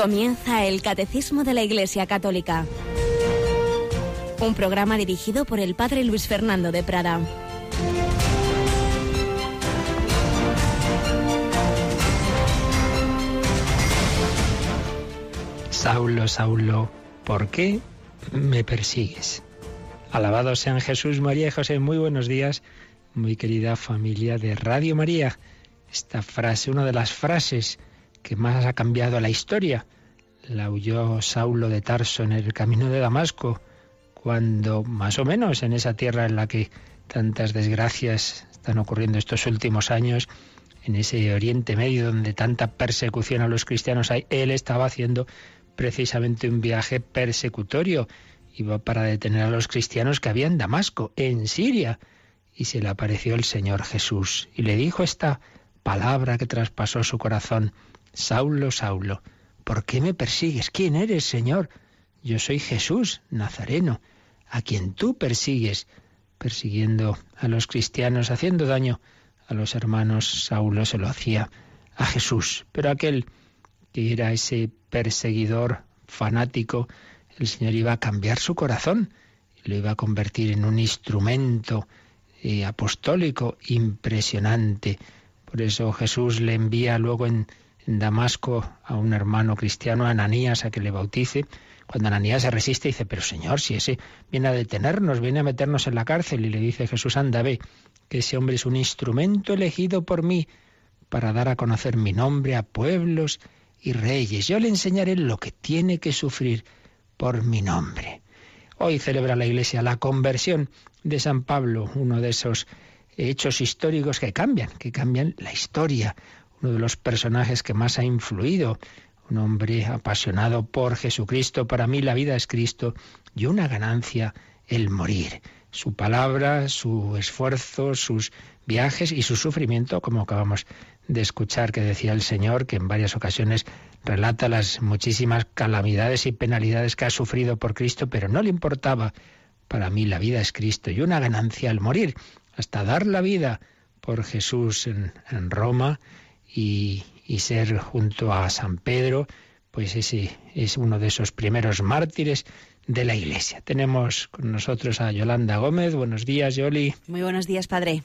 Comienza el Catecismo de la Iglesia Católica. Un programa dirigido por el Padre Luis Fernando de Prada. Saulo, Saulo, ¿por qué me persigues? Alabados sean Jesús, María y José. Muy buenos días, muy querida familia de Radio María. Esta frase, una de las frases que más ha cambiado la historia, la oyó Saulo de Tarso en el camino de Damasco, cuando más o menos en esa tierra en la que tantas desgracias están ocurriendo estos últimos años, en ese Oriente Medio donde tanta persecución a los cristianos hay, él estaba haciendo precisamente un viaje persecutorio. Iba para detener a los cristianos que había en Damasco, en Siria, y se le apareció el Señor Jesús y le dijo esta palabra que traspasó su corazón: Saulo, Saulo, ¿por qué me persigues? ¿Quién eres, Señor? Yo soy Jesús, Nazareno, a quien tú persigues. Persiguiendo a los cristianos, haciendo daño a los hermanos, Saulo se lo hacía a Jesús. Pero aquel que era ese perseguidor fanático, el Señor iba a cambiar su corazón y lo iba a convertir en un instrumento apostólico impresionante. Por eso Jesús le envía luego en Damasco a un hermano cristiano, a Ananías, a que le bautice. Cuando Ananías se resiste, dice: pero Señor, si ese viene a detenernos, viene a meternos en la cárcel. Y le dice Jesús: anda, ve, que ese hombre es un instrumento elegido por mí para dar a conocer mi nombre a pueblos y reyes. Yo le enseñaré lo que tiene que sufrir por mi nombre. Hoy celebra la Iglesia la conversión de San Pablo, uno de esos hechos históricos que cambian la historia. Uno de los personajes que más ha influido, un hombre apasionado por Jesucristo. Para mí la vida es Cristo y una ganancia el morir. Su palabra, su esfuerzo, sus viajes y su sufrimiento, como acabamos de escuchar que decía el Señor, que en varias ocasiones relata las muchísimas calamidades y penalidades que ha sufrido por Cristo, pero no le importaba. Para mí la vida es Cristo y una ganancia al morir, hasta dar la vida por Jesús en Roma y ser junto a San Pedro, pues ese es uno de esos primeros mártires de la Iglesia. Tenemos con nosotros a Yolanda Gómez. Buenos días, Yoli. Muy buenos días, padre.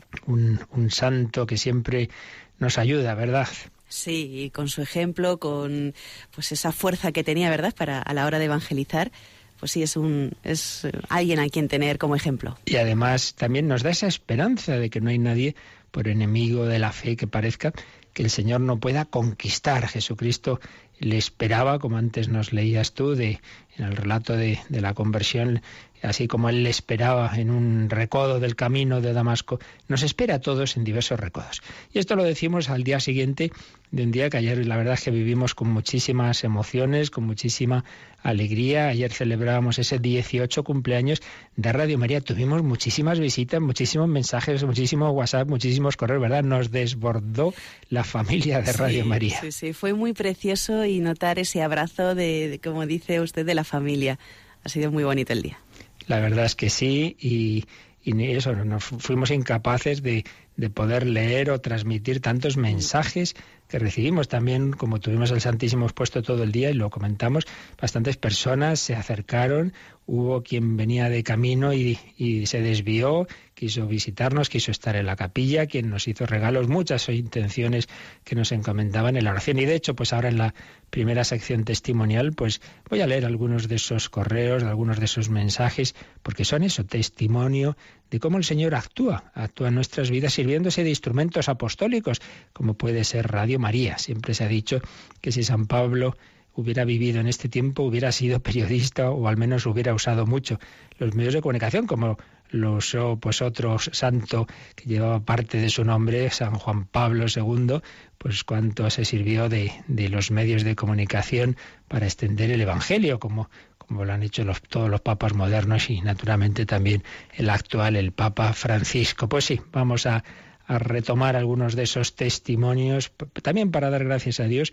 Un santo que siempre nos ayuda, ¿verdad? Sí, y con su ejemplo, con pues esa fuerza que tenía, ¿verdad?, a la hora de evangelizar. Pues sí, es alguien a quien tener como ejemplo. Y además también nos da esa esperanza de que no hay nadie, por enemigo de la fe que parezca, que el Señor no pueda conquistar. Jesucristo le esperaba, como antes nos leías tú en el relato de la conversión, así como Él le esperaba en un recodo del camino de Damasco, nos espera a todos en diversos recodos. Y esto lo decimos al día siguiente de un día que ayer la verdad es que vivimos con muchísimas emociones, con muchísima alegría. Ayer celebrábamos ese 18 cumpleaños de Radio María. Tuvimos muchísimas visitas, muchísimos mensajes, muchísimos WhatsApp, muchísimos correos, ¿verdad? Nos desbordó la familia de Radio María. Sí, fue muy precioso y notar ese abrazo de, como dice usted, de la familia. Ha sido muy bonito el día. La verdad es que sí, y eso, nos fuimos incapaces de poder leer o transmitir tantos mensajes que recibimos. También, como tuvimos el Santísimo expuesto todo el día y lo comentamos, bastantes personas se acercaron. Hubo quien venía de camino y se desvió, quiso visitarnos, quiso estar en la capilla, quien nos hizo regalos, muchas intenciones que nos encomendaban en la oración. Y de hecho, pues ahora en la primera sección testimonial, pues voy a leer algunos de esos correos, algunos de esos mensajes, porque son eso, testimonio de cómo el Señor actúa en nuestras vidas sirviéndose de instrumentos apostólicos, como puede ser Radio María. Siempre se ha dicho que si San Pablo hubiera vivido en este tiempo, hubiera sido periodista o al menos hubiera usado mucho los medios de comunicación, como lo usó pues otro santo que llevaba parte de su nombre, San Juan Pablo II, pues cuánto se sirvió de los medios de comunicación para extender el Evangelio, como lo han hecho todos los papas modernos y naturalmente también el actual, el Papa Francisco. Pues sí, vamos a retomar algunos de esos testimonios, también para dar gracias a Dios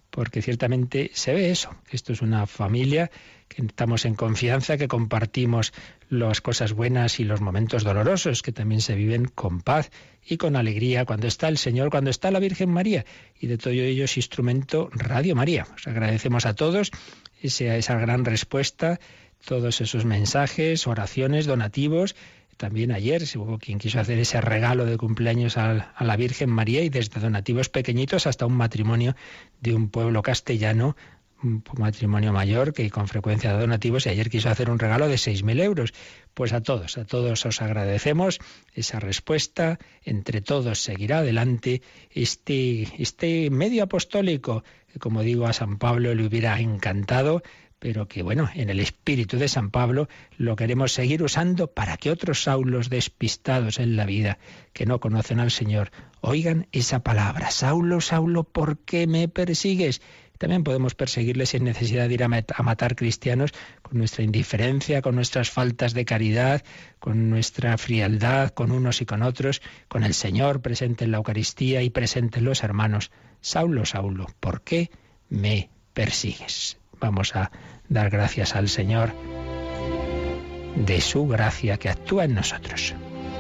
porque ciertamente se ve eso, que esto es una familia, que estamos en confianza, que compartimos las cosas buenas y los momentos dolorosos, que también se viven con paz y con alegría cuando está el Señor, cuando está la Virgen María, y de todo ello es instrumento Radio María. Os agradecemos a todos esa gran respuesta, todos esos mensajes, oraciones, donativos. También ayer hubo quien quiso hacer ese regalo de cumpleaños a la Virgen María, y desde donativos pequeñitos hasta un matrimonio de un pueblo castellano, un matrimonio mayor que con frecuencia da donativos, y ayer quiso hacer un regalo de 6.000 euros. Pues a todos os agradecemos esa respuesta. Entre todos seguirá adelante este medio apostólico, que como digo a San Pablo le hubiera encantado, pero que bueno, en el espíritu de San Pablo lo queremos seguir usando para que otros Saulos despistados en la vida, que no conocen al Señor, oigan esa palabra: Saulo, Saulo, ¿por qué me persigues? También podemos perseguirles sin necesidad de ir a matar cristianos, con nuestra indiferencia, con nuestras faltas de caridad, con nuestra frialdad, con unos y con otros, con el Señor presente en la Eucaristía y presente en los hermanos. Saulo, Saulo, ¿por qué me persigues? Vamos a dar gracias al Señor de su gracia que actúa en nosotros.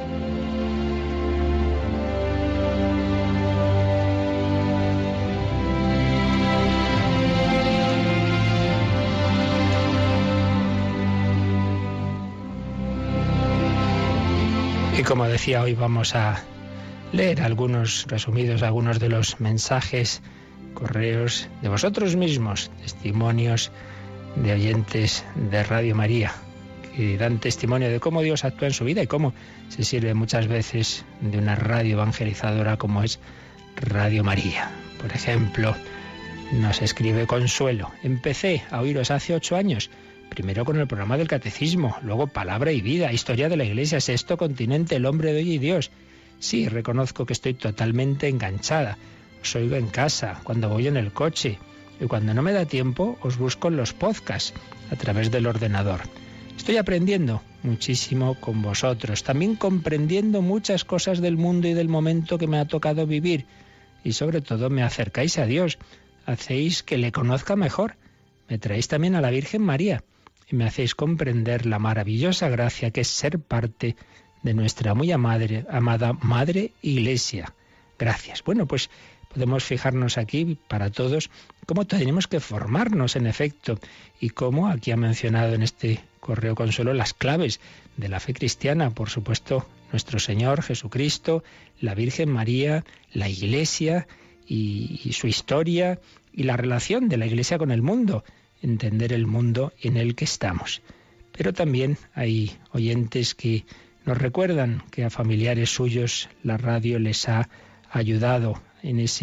Y como decía, hoy vamos a leer algunos resumidos, algunos de los mensajes, correos de vosotros mismos, testimonios de oyentes de Radio María, que dan testimonio de cómo Dios actúa en su vida y cómo se sirve muchas veces de una radio evangelizadora como es Radio María. Por ejemplo, nos escribe Consuelo: empecé a oíros hace 8 años, primero con el programa del Catecismo, luego Palabra y Vida, Historia de la Iglesia, Sexto Continente, El hombre de hoy y Dios. Sí, reconozco que estoy totalmente enganchada. Os oigo en casa, cuando voy en el coche, y cuando no me da tiempo os busco en los podcasts a través del ordenador. Estoy aprendiendo muchísimo con vosotros, también comprendiendo muchas cosas del mundo y del momento que me ha tocado vivir, y sobre todo me acercáis a Dios, hacéis que le conozca mejor, me traéis también a la Virgen María y me hacéis comprender la maravillosa gracia que es ser parte de nuestra muy amada Madre Iglesia. Gracias. Bueno, pues podemos fijarnos aquí para todos cómo tenemos que formarnos en efecto, y cómo aquí ha mencionado en este correo Consuelo las claves de la fe cristiana, por supuesto nuestro Señor Jesucristo, la Virgen María, la Iglesia y su historia y la relación de la Iglesia con el mundo, entender el mundo en el que estamos. Pero también hay oyentes que nos recuerdan que a familiares suyos la radio les ha ayudado en esa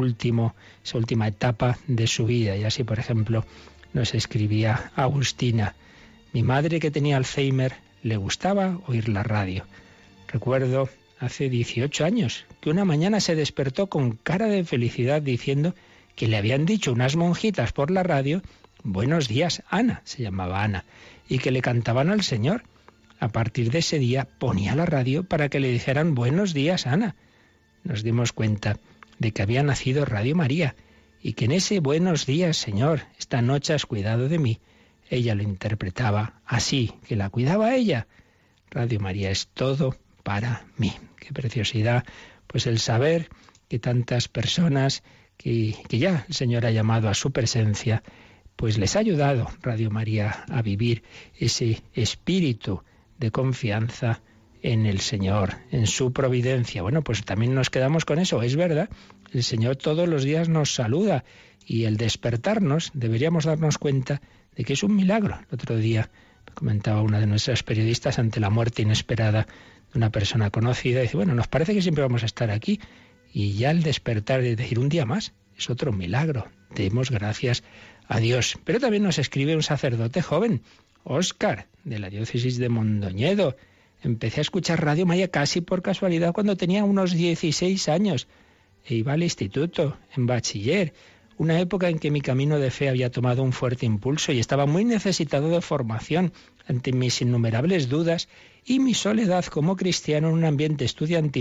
última etapa de su vida. Y así, por ejemplo, nos escribía Agustina: mi madre, que tenía Alzheimer, le gustaba oír la radio. Recuerdo hace 18 años que una mañana se despertó con cara de felicidad diciendo que le habían dicho unas monjitas por la radio: buenos días, Ana, se llamaba Ana, y que le cantaban al Señor. A partir de ese día ponía la radio para que le dijeran buenos días, Ana. Nos dimos cuenta de que había nacido Radio María y que en ese buenos días, Señor, esta noche has cuidado de mí, ella lo interpretaba así, que la cuidaba a ella. Radio María es todo para mí. Qué preciosidad, pues el saber que tantas personas que ya el Señor ha llamado a su presencia, pues les ha ayudado Radio María a vivir ese espíritu de confianza en el Señor, en su providencia. Bueno, pues también nos quedamos con eso, es verdad. El Señor todos los días nos saluda, y el despertarnos deberíamos darnos cuenta de que es un milagro. El otro día comentaba una de nuestras periodistas ante la muerte inesperada de una persona conocida, y dice, bueno, nos parece que siempre vamos a estar aquí, y ya el despertar de decir un día más es otro milagro. Demos gracias a Dios. Pero también nos escribe un sacerdote joven, Óscar, de la diócesis de Mondoñedo. Empecé a escuchar Radio María casi por casualidad cuando tenía unos 16 años e iba al instituto, en bachiller, una época en que mi camino de fe había tomado un fuerte impulso y estaba muy necesitado de formación ante mis innumerables dudas y mi soledad como cristiano en un ambiente estudiantil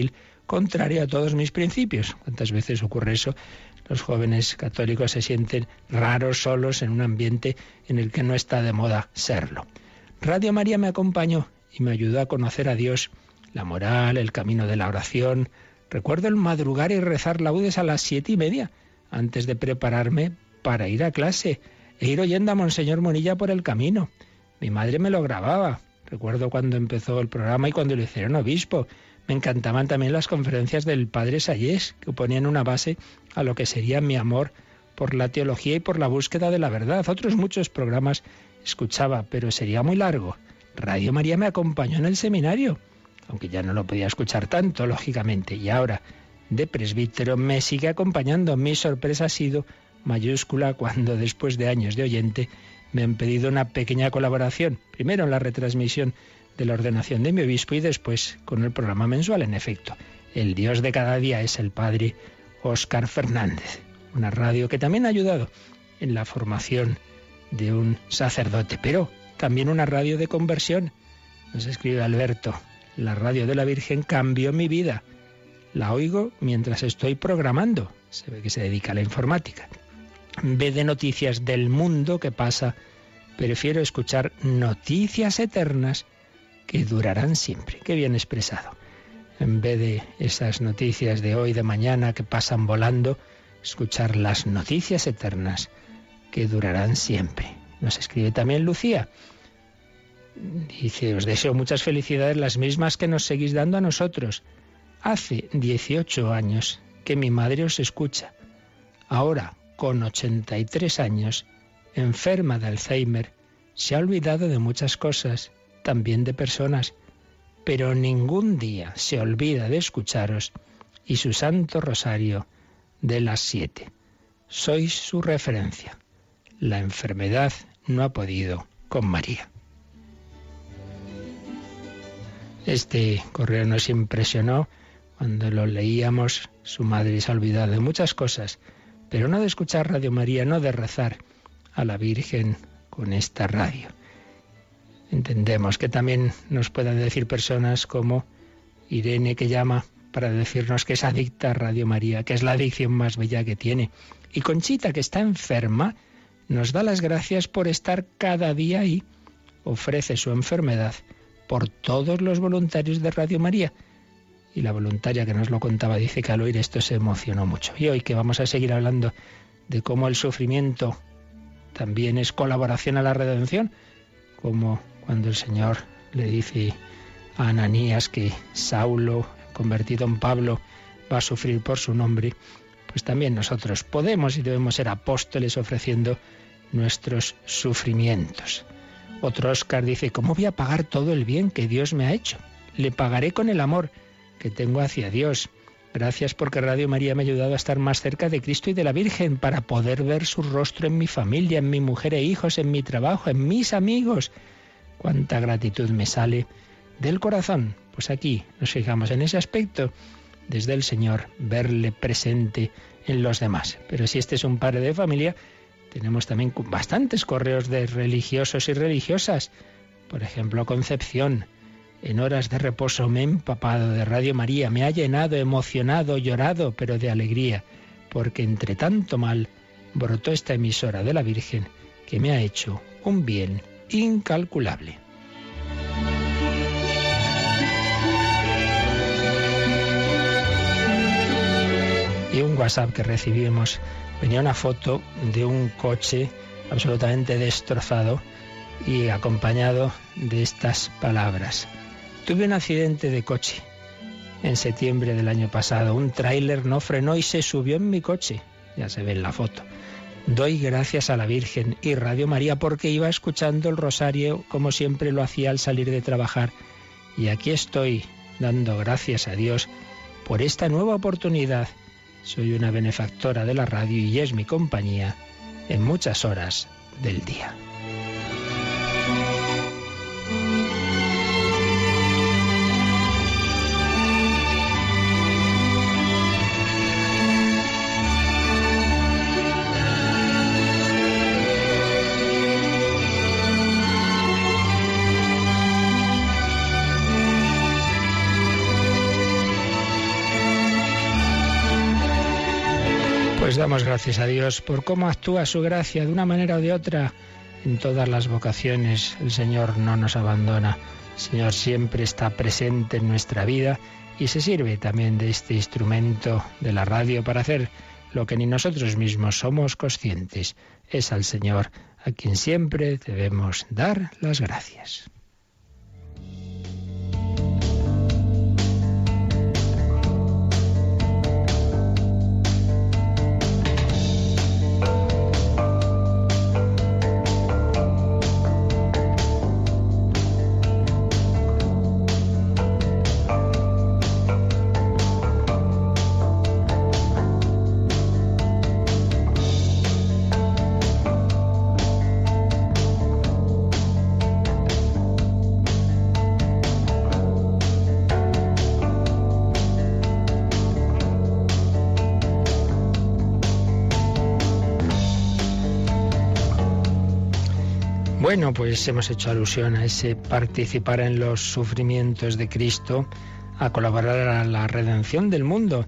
contraria a todos mis principios. ¿Cuántas veces ocurre eso? Los jóvenes católicos se sienten raros, solos, en un ambiente en el que no está de moda serlo. Radio María me acompañó y me ayudó a conocer a Dios, la moral, el camino de la oración. Recuerdo el madrugar y rezar laudes a las 7:30, antes de prepararme para ir a clase, e ir oyendo a Monseñor Monilla por el camino. Mi madre me lo grababa. Recuerdo cuando empezó el programa y cuando lo hicieron obispo. Me encantaban también las conferencias del padre Sayés, que ponían una base a lo que sería mi amor por la teología y por la búsqueda de la verdad. Otros muchos programas escuchaba, pero sería muy largo. Radio María me acompañó en el seminario, aunque ya no lo podía escuchar tanto, lógicamente. Y ahora, de presbítero, me sigue acompañando. Mi sorpresa ha sido mayúscula cuando, después de años de oyente, me han pedido una pequeña colaboración. Primero en la retransmisión de la ordenación de mi obispo y después con el programa mensual. En efecto, el Dios de cada día es el padre Óscar Fernández. Una radio que también ha ayudado en la formación de un sacerdote, pero también una radio de conversión. Nos escribe Alberto: la radio de la Virgen cambió mi vida. La oigo mientras estoy programando. Se ve que se dedica a la informática. En vez de noticias del mundo que pasa, prefiero escuchar noticias eternas que durarán siempre. Qué bien expresado. En vez de esas noticias de hoy, de mañana, que pasan volando, escuchar las noticias eternas que durarán siempre. Nos escribe también Lucía. Dice: os deseo muchas felicidades, las mismas que nos seguís dando a nosotros. Hace 18 años que mi madre os escucha. Ahora, con 83 años, enferma de Alzheimer, se ha olvidado de muchas cosas, también de personas, pero ningún día se olvida de escucharos y su Santo Rosario de las 7. Sois su referencia. La enfermedad no ha podido con María. Este correo nos impresionó cuando lo leíamos. Su madre se ha olvidado de muchas cosas, pero no de escuchar Radio María, no de rezar a la Virgen con esta radio. Entendemos que también nos puedan decir personas como Irene, que llama para decirnos que es adicta a Radio María, que es la adicción más bella que tiene. Y Conchita, que está enferma, nos da las gracias por estar cada día ahí. Ofrece su enfermedad por todos los voluntarios de Radio María. Y la voluntaria que nos lo contaba dice que al oír esto se emocionó mucho. Y hoy, que vamos a seguir hablando de cómo el sufrimiento también es colaboración a la redención, como cuando el Señor le dice a Ananías que Saulo, convertido en Pablo, va a sufrir por su nombre, pues también nosotros podemos y debemos ser apóstoles ofreciendo nuestros sufrimientos. Otro Óscar dice: ¿cómo voy a pagar todo el bien que Dios me ha hecho? Le pagaré con el amor que tengo hacia Dios. Gracias porque Radio María me ha ayudado a estar más cerca de Cristo y de la Virgen, para poder ver su rostro en mi familia, en mi mujer e hijos, en mi trabajo, en mis amigos. Cuánta gratitud me sale del corazón. Pues aquí nos fijamos en ese aspecto desde el Señor, verle presente en los demás. Pero si este es un padre de familia, tenemos también bastantes correos de religiosos y religiosas. Por ejemplo, Concepción: en horas de reposo me he empapado de Radio María, me ha llenado, emocionado, llorado, pero de alegría, porque entre tanto mal brotó esta emisora de la Virgen que me ha hecho un bien incalculable. Y un WhatsApp que recibimos, venía una foto de un coche absolutamente destrozado y acompañado de estas palabras: tuve un accidente de coche en septiembre del año pasado. Un tráiler no frenó y se subió en mi coche. Ya se ve en la foto. Doy gracias a la Virgen y Radio María porque iba escuchando el rosario como siempre lo hacía al salir de trabajar. Y aquí estoy dando gracias a Dios por esta nueva oportunidad. Soy una benefactora de la radio y es mi compañía en muchas horas del día. damos gracias a Dios por cómo actúa su gracia de una manera o de otra en todas las vocaciones. El Señor no nos abandona, el Señor siempre está presente en nuestra vida y se sirve también de este instrumento de la radio para hacer lo que ni nosotros mismos somos conscientes. Es al Señor a quien siempre debemos dar las gracias. Bueno, pues hemos hecho alusión a ese participar en los sufrimientos de Cristo, a colaborar a la redención del mundo,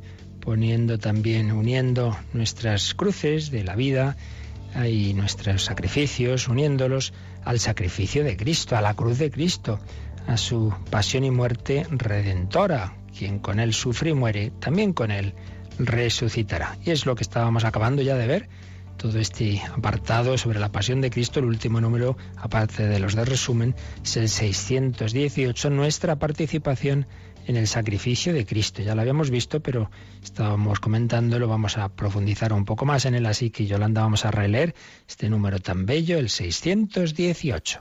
uniendo nuestras cruces de la vida y nuestros sacrificios, uniéndolos al sacrificio de Cristo, a la cruz de Cristo, a su pasión y muerte redentora. Quien con él sufre y muere, también con él resucitará. Y es lo que estábamos acabando ya de ver. Todo este apartado sobre la pasión de Cristo, el último número, aparte de los de resumen, es el 618, nuestra participación en el sacrificio de Cristo. Ya lo habíamos visto, pero estábamos comentándolo, vamos a profundizar un poco más en él, así que Yolanda, vamos a releer este número tan bello, el 618.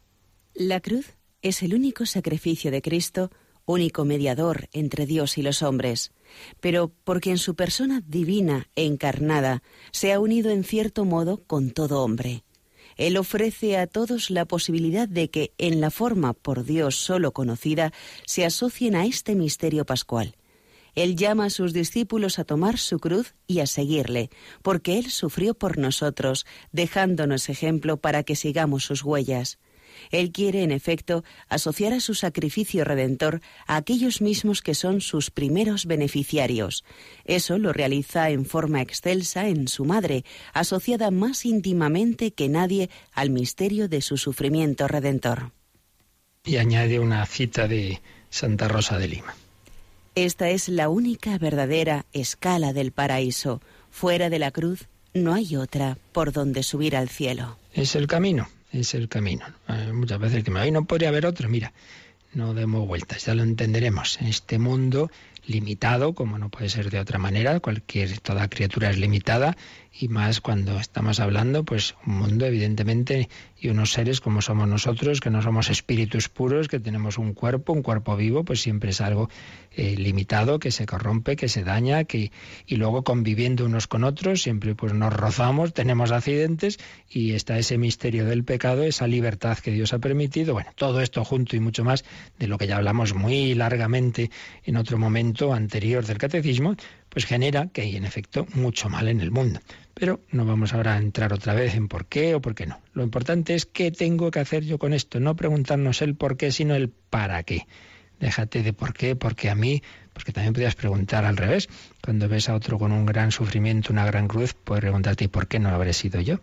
La cruz es el único sacrificio de Cristo, único mediador entre Dios y los hombres, pero porque en su persona divina e encarnada se ha unido en cierto modo con todo hombre. Él ofrece a todos la posibilidad de que, en la forma por Dios solo conocida, se asocien a este misterio pascual. Él llama a sus discípulos a tomar su cruz y a seguirle, porque Él sufrió por nosotros, dejándonos ejemplo para que sigamos sus huellas. Él quiere, en efecto, asociar a su sacrificio redentor a aquellos mismos que son sus primeros beneficiarios. Eso lo realiza en forma excelsa en su madre, asociada más íntimamente que nadie al misterio de su sufrimiento redentor. Y añade una cita de Santa Rosa de Lima. Esta es la única verdadera escala del paraíso. Fuera de la cruz no hay otra por donde subir al cielo. Es el camino. Es el camino. Muchas veces que no podría haber otro. Mira, no demos vueltas, ya lo entenderemos. En este mundo limitado, como no puede ser de otra manera, toda criatura es limitada, y más cuando estamos hablando, pues un mundo evidentemente, y unos seres como somos nosotros, que no somos espíritus puros, que tenemos un cuerpo vivo, pues siempre es algo limitado, que se corrompe, que se daña, y luego conviviendo unos con otros, siempre pues nos rozamos, tenemos accidentes, y está ese misterio del pecado, esa libertad que Dios ha permitido. Bueno, todo esto junto y mucho más, de lo que ya hablamos muy largamente en otro momento anterior del catecismo, pues genera que hay en efecto mucho mal en el mundo. Pero no vamos ahora a entrar otra vez en por qué o por qué no. Lo importante es qué tengo que hacer yo con esto, no preguntarnos el por qué, sino el para qué. Déjate de por qué, porque a mí, porque también podrías preguntar al revés. Cuando ves a otro con un gran sufrimiento, una gran cruz, puedes preguntarte ¿y por qué no habré sido yo?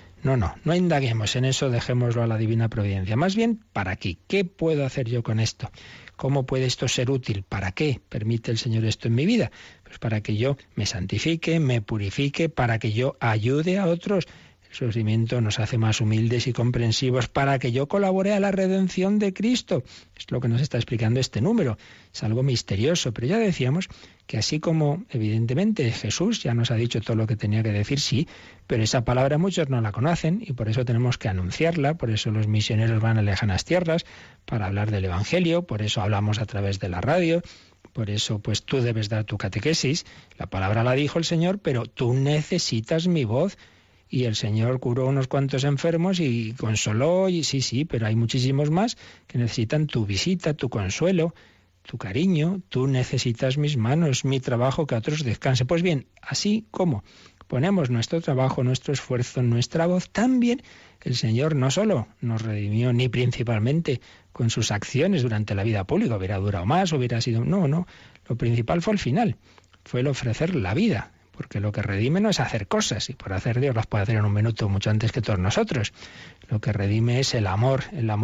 No indaguemos en eso, dejémoslo a la divina providencia. Más bien, ¿para qué? ¿Qué puedo hacer yo con esto? ¿Cómo puede esto ser útil? ¿Para qué permite el Señor esto en mi vida? Pues para que yo me santifique, me purifique, para que yo ayude a otros. El sufrimiento nos hace más humildes y comprensivos, para que yo colabore a la redención de Cristo. Es lo que nos está explicando este número. Es algo misterioso, pero ya decíamos que así como evidentemente Jesús ya nos ha dicho todo lo que tenía que decir, sí, pero esa palabra muchos no la conocen y por eso tenemos que anunciarla, por eso los misioneros van a lejanas tierras para hablar del Evangelio, por eso hablamos a través de la radio, por eso pues tú debes dar tu catequesis, la palabra la dijo el Señor, pero tú necesitas mi voz. Y el Señor curó unos cuantos enfermos y consoló, y sí, pero hay muchísimos más que necesitan tu visita, tu consuelo, tu cariño. Tú necesitas mis manos, mi trabajo, que a otros descanse. Pues bien, así como ponemos nuestro trabajo, nuestro esfuerzo, nuestra voz, también el Señor no solo nos redimió, ni principalmente con sus acciones durante la vida pública, hubiera durado más, hubiera sido... No, lo principal fue el final, fue el ofrecer la vida. porque lo que redime no es hacer cosas, y por hacer Dios las puede hacer en un minuto mucho antes que todos nosotros. Lo que redime es el amor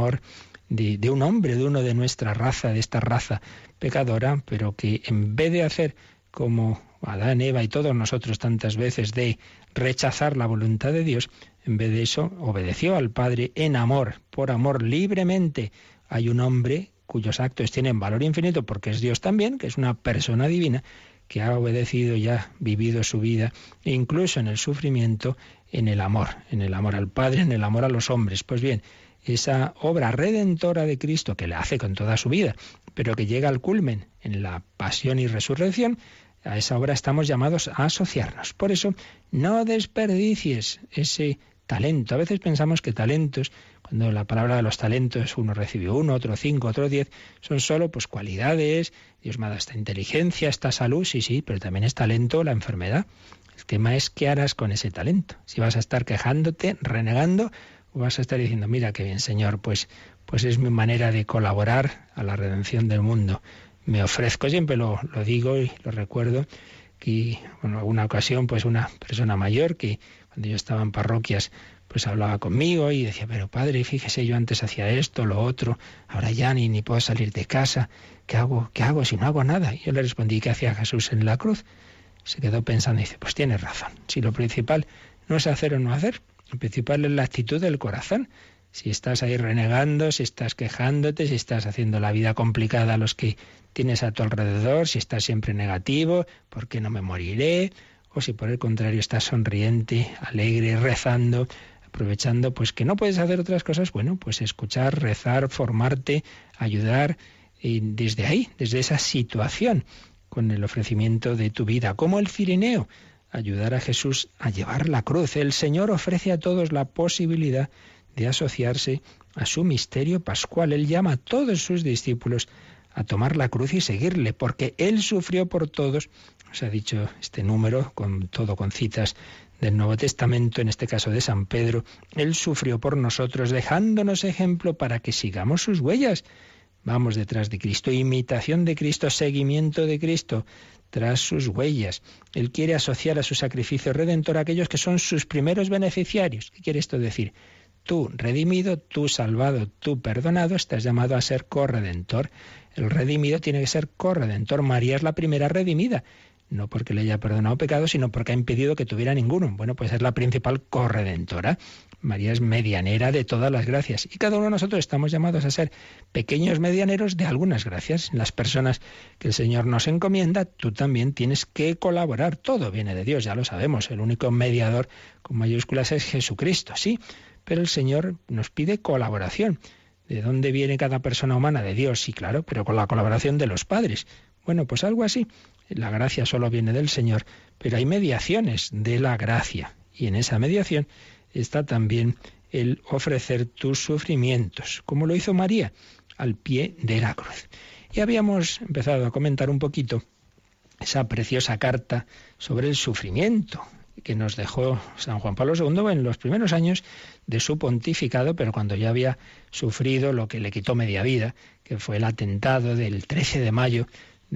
de un hombre, de uno de nuestra raza, de esta raza pecadora, pero que en vez de hacer como Adán, Eva y todos nosotros tantas veces, de rechazar la voluntad de Dios, en vez de eso obedeció al Padre en amor, por amor, libremente. Hay un hombre cuyos actos tienen valor infinito porque es Dios también, que es una persona divina, que ha obedecido y ha vivido su vida, e incluso en el sufrimiento, en el amor al Padre, en el amor a los hombres. Pues bien, esa obra redentora de Cristo, que le hace con toda su vida, pero que llega al culmen en la pasión y resurrección, a esa obra estamos llamados a asociarnos. Por eso, no desperdicies ese talento. A veces pensamos que talentos, cuando la palabra de los talentos, uno recibe 1, otro 5, otro 10, son solo pues cualidades. Dios me ha dado esta inteligencia, esta salud, sí, pero también es talento la enfermedad. El tema es qué harás con ese talento. Si vas a estar quejándote, renegando, o vas a estar diciendo, mira qué bien, Señor, pues es mi manera de colaborar a la redención del mundo. Me ofrezco, siempre lo digo y lo recuerdo, que en alguna ocasión pues una persona mayor que cuando yo estaba en parroquias pues hablaba conmigo y decía, pero padre, fíjese, yo antes hacía esto, lo otro, ahora ya ni puedo salir de casa, ¿qué hago si no hago nada? Y yo le respondí, ¿qué hacía Jesús en la cruz? Se quedó pensando y dice, pues tienes razón, si lo principal no es hacer o no hacer, lo principal es la actitud del corazón. Si estás ahí renegando, si estás quejándote, si estás haciendo la vida complicada a los que tienes a tu alrededor, si estás siempre negativo, ¿por qué no me moriré? O si por el contrario estás sonriente, alegre, rezando, aprovechando pues que no puedes hacer otras cosas, bueno, pues escuchar, rezar, formarte, ayudar, y desde ahí, desde esa situación, con el ofrecimiento de tu vida, como el Cirineo, ayudar a Jesús a llevar la cruz. El Señor ofrece a todos la posibilidad de asociarse a su misterio pascual. Él llama a todos sus discípulos a tomar la cruz y seguirle, porque Él sufrió por todos. Os ha dicho este número, con citas del Nuevo Testamento, en este caso de San Pedro. Él sufrió por nosotros, dejándonos ejemplo para que sigamos sus huellas. Vamos detrás de Cristo, imitación de Cristo, seguimiento de Cristo, tras sus huellas. Él quiere asociar a su sacrificio redentor a aquellos que son sus primeros beneficiarios. ¿Qué quiere esto decir? Tú redimido, tú salvado, tú perdonado, estás llamado a ser corredentor. El redimido tiene que ser corredentor. María es la primera redimida, no porque le haya perdonado pecados, sino porque ha impedido que tuviera ninguno. Bueno, pues es la principal corredentora. María es medianera de todas las gracias. Y cada uno de nosotros estamos llamados a ser pequeños medianeros de algunas gracias. En las personas que el Señor nos encomienda, tú también tienes que colaborar. Todo viene de Dios, ya lo sabemos. El único mediador con mayúsculas es Jesucristo, sí. Pero el Señor nos pide colaboración. ¿De dónde viene cada persona humana? De Dios, sí, claro, pero con la colaboración de los padres. Bueno, pues algo así. La gracia solo viene del Señor, pero hay mediaciones de la gracia. Y en esa mediación está también el ofrecer tus sufrimientos, como lo hizo María, al pie de la cruz. Y habíamos empezado a comentar un poquito esa preciosa carta sobre el sufrimiento que nos dejó San Juan Pablo II en los primeros años de su pontificado, pero cuando ya había sufrido lo que le quitó media vida, que fue el atentado del 13 de mayo de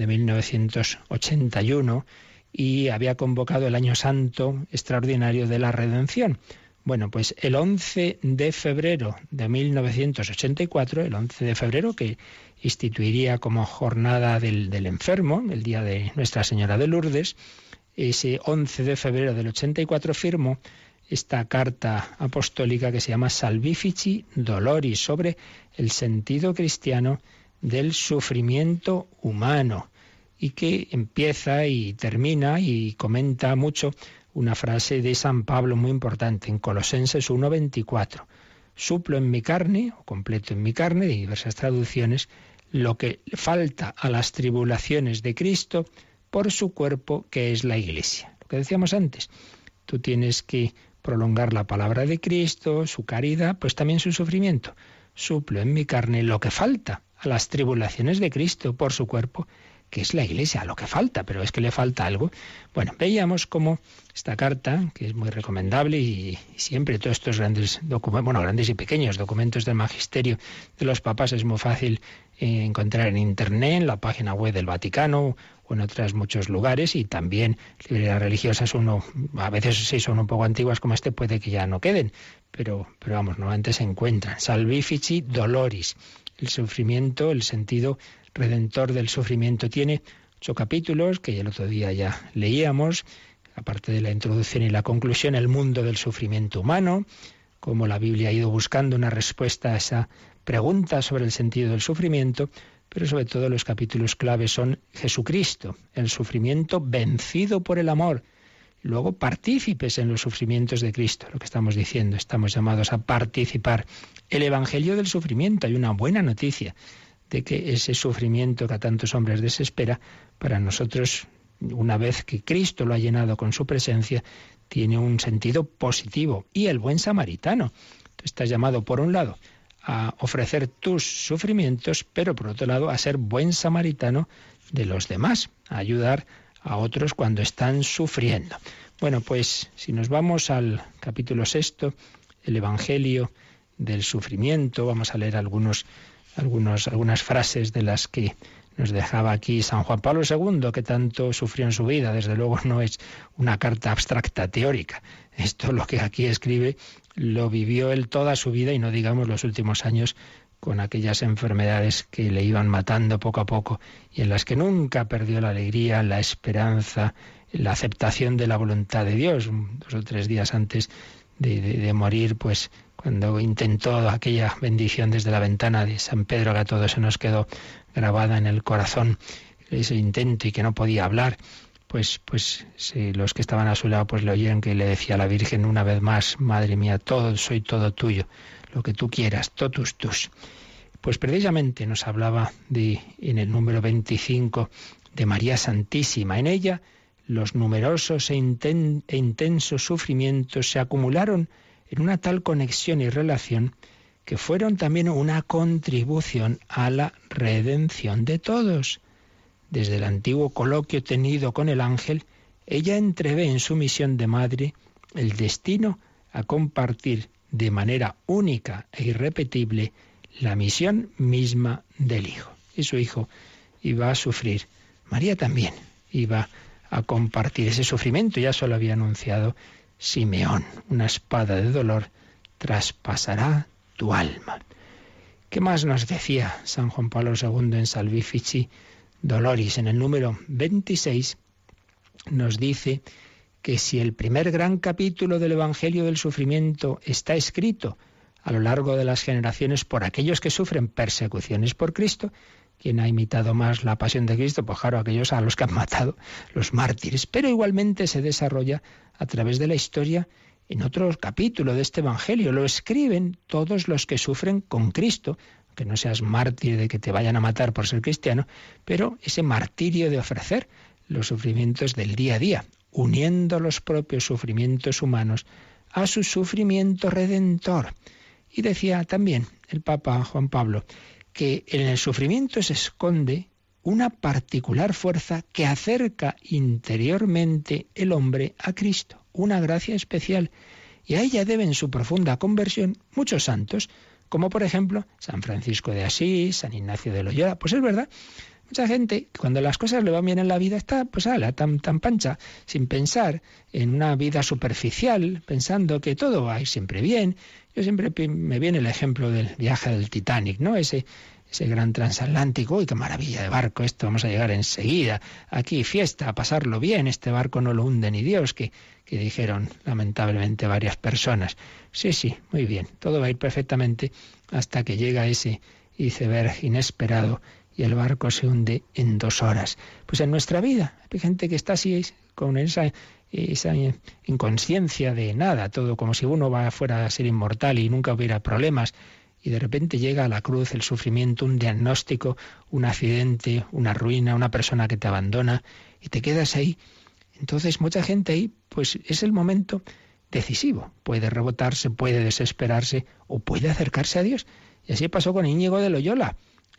1981, y había convocado el Año Santo Extraordinario de la Redención. Bueno, pues el 11 de febrero de 1984, el 11 de febrero que instituiría como jornada del enfermo, el día de Nuestra Señora de Lourdes, ese 11 de febrero del 84 firmó esta carta apostólica que se llama Salvifici Doloris, sobre el sentido cristiano del sufrimiento humano, y que empieza y termina y comenta mucho una frase de San Pablo muy importante en Colosenses 1:24. Suplo en mi carne, o completo en mi carne, de diversas traducciones, lo que falta a las tribulaciones de Cristo por su cuerpo, que es la Iglesia. Lo que decíamos antes, tú tienes que prolongar la palabra de Cristo, su caridad, pues también su sufrimiento. Suplo en mi carne lo que falta a las tribulaciones de Cristo por su cuerpo, que es la Iglesia, lo que falta, pero es que le falta algo. Bueno, veíamos cómo esta carta, que es muy recomendable, y siempre todos estos grandes documentos, grandes y pequeños documentos del magisterio de los papas, es muy fácil encontrar en Internet, en la página web del Vaticano, o en otros muchos lugares, y también librerías religiosas, a veces sí son un poco antiguas como puede que ya no queden, pero vamos, normalmente se encuentran. Salvifici Doloris, el sufrimiento, el sentido redentor del sufrimiento. Tiene 8 capítulos que el otro día ya leíamos, aparte de la introducción y la conclusión, el mundo del sufrimiento humano, cómo la Biblia ha ido buscando una respuesta a esa pregunta sobre el sentido del sufrimiento, pero sobre todo los capítulos claves son Jesucristo, el sufrimiento vencido por el amor, luego partícipes en los sufrimientos de Cristo, lo que estamos diciendo, estamos llamados a participar. El Evangelio del sufrimiento, hay una buena noticia de que ese sufrimiento que a tantos hombres desespera, para nosotros, una vez que Cristo lo ha llenado con su presencia, tiene un sentido positivo. Y el buen samaritano. Tú estás llamado, por un lado, a ofrecer tus sufrimientos, pero por otro lado, a ser buen samaritano de los demás, a ayudar a otros cuando están sufriendo. Bueno, pues si nos vamos al capítulo 6, el Evangelio del sufrimiento, vamos a leer algunas frases de las que nos dejaba aquí San Juan Pablo II, que tanto sufrió en su vida. Desde luego no es una carta abstracta teórica. Esto, lo que aquí escribe, lo vivió él toda su vida, y no digamos los últimos años, con aquellas enfermedades que le iban matando poco a poco y en las que nunca perdió la alegría, la esperanza, la aceptación de la voluntad de Dios. 2 o 3 días antes de morir, pues cuando intentó aquella bendición desde la ventana de San Pedro, que a todos se nos quedó grabada en el corazón, ese intento, y que no podía hablar, pues sí, los que estaban a su lado pues le oyeron que le decía a la Virgen una vez más: Madre mía, soy todo tuyo, lo que tú quieras, totus tus. Pues precisamente nos hablaba en el número 25 de María Santísima. En ella los numerosos e intensos sufrimientos se acumularon en una tal conexión y relación que fueron también una contribución a la redención de todos. Desde el antiguo coloquio tenido con el ángel, ella entrevé en su misión de madre el destino a compartir de manera única e irrepetible la misión misma del Hijo. Y su Hijo iba a sufrir. María también iba a compartir ese sufrimiento. Ya solo había anunciado Simeón: una espada de dolor traspasará tu alma. ¿Qué más nos decía San Juan Pablo II en Salvifici Doloris? En el número 26 nos dice que si el primer gran capítulo del Evangelio del sufrimiento está escrito a lo largo de las generaciones por aquellos que sufren persecuciones por Cristo, ¿quién ha imitado más la pasión de Cristo? Pues claro, aquellos a los que han matado, los mártires. Pero igualmente se desarrolla a través de la historia en otro capítulo de este Evangelio. Lo escriben todos los que sufren con Cristo, que no seas mártir de que te vayan a matar por ser cristiano, pero ese martirio de ofrecer los sufrimientos del día a día, uniendo los propios sufrimientos humanos a su sufrimiento redentor. Y decía también el Papa Juan Pablo que en el sufrimiento se esconde una particular fuerza que acerca interiormente el hombre a Cristo, una gracia especial, y a ella deben su profunda conversión muchos santos, como por ejemplo San Francisco de Asís, San Ignacio de Loyola. Pues es verdad, mucha gente, cuando las cosas le van bien en la vida, está tan pancha, sin pensar en una vida superficial, pensando que todo va a ir siempre bien. Yo siempre me viene el ejemplo del viaje del Titanic, ¿no? Ese gran transatlántico. ¡Uy, qué maravilla de barco esto! Vamos a llegar enseguida. Aquí fiesta, a pasarlo bien. Este barco no lo hunde ni Dios, que dijeron lamentablemente varias personas. Sí, muy bien. Todo va a ir perfectamente hasta que llega ese iceberg inesperado y el barco se hunde en 2 horas. Pues en nuestra vida hay gente que está así, con esa inconsciencia de nada, todo como si uno fuera a ser inmortal y nunca hubiera problemas. Y de repente llega a la cruz el sufrimiento, un diagnóstico, un accidente, una ruina, una persona que te abandona y te quedas ahí. Entonces mucha gente ahí, pues es el momento decisivo. Puede rebotarse, puede desesperarse o puede acercarse a Dios. Y así pasó con Íñigo de Loyola.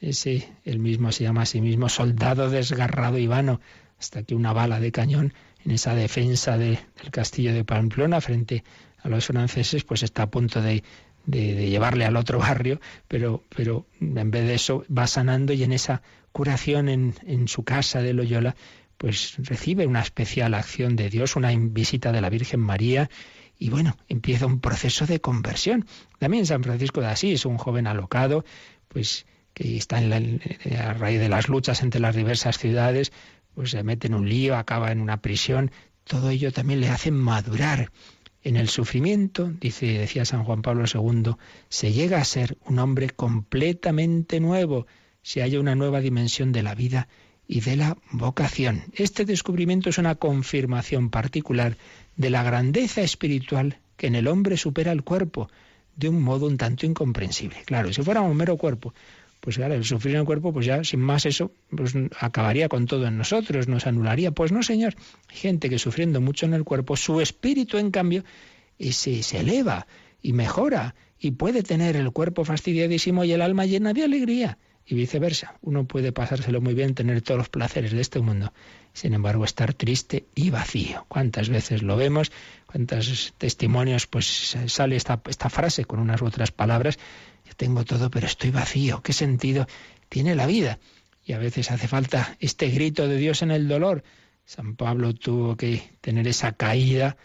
Él mismo se llama a sí mismo soldado desgarrado y vano, hasta que una bala de cañón en esa defensa del castillo de Pamplona frente a los franceses, pues está a punto de llevarle al otro barrio, pero en vez de eso va sanando, y en esa curación en su casa de Loyola, pues recibe una especial acción de Dios, una visita de la Virgen María, y bueno, empieza un proceso de conversión. También San Francisco de Asís, un joven alocado, pues que está a raíz de las luchas entre las diversas ciudades, pues se mete en un lío, acaba en una prisión. Todo ello también le hace madurar. En el sufrimiento, decía San Juan Pablo II, se llega a ser un hombre completamente nuevo, se halla una nueva dimensión de la vida y de la vocación. Este descubrimiento es una confirmación particular de la grandeza espiritual que en el hombre supera el cuerpo, de un modo un tanto incomprensible. Claro, si fuera un mero cuerpo, pues claro, el sufrir en el cuerpo, pues ya sin más eso, pues acabaría con todo en nosotros, nos anularía. Pues no, señor. Hay gente que sufriendo mucho en el cuerpo, su espíritu, en cambio, se eleva y mejora y puede tener el cuerpo fastidiadísimo y el alma llena de alegría. Y viceversa. Uno puede pasárselo muy bien, tener todos los placeres de este mundo, sin embargo estar triste y vacío. ¿Cuántas veces lo vemos? ¿Cuántos testimonios? Pues sale esta frase con unas u otras palabras. Yo tengo todo, pero estoy vacío. ¿Qué sentido tiene la vida? Y a veces hace falta este grito de Dios en el dolor. San Pablo tuvo que tener esa caída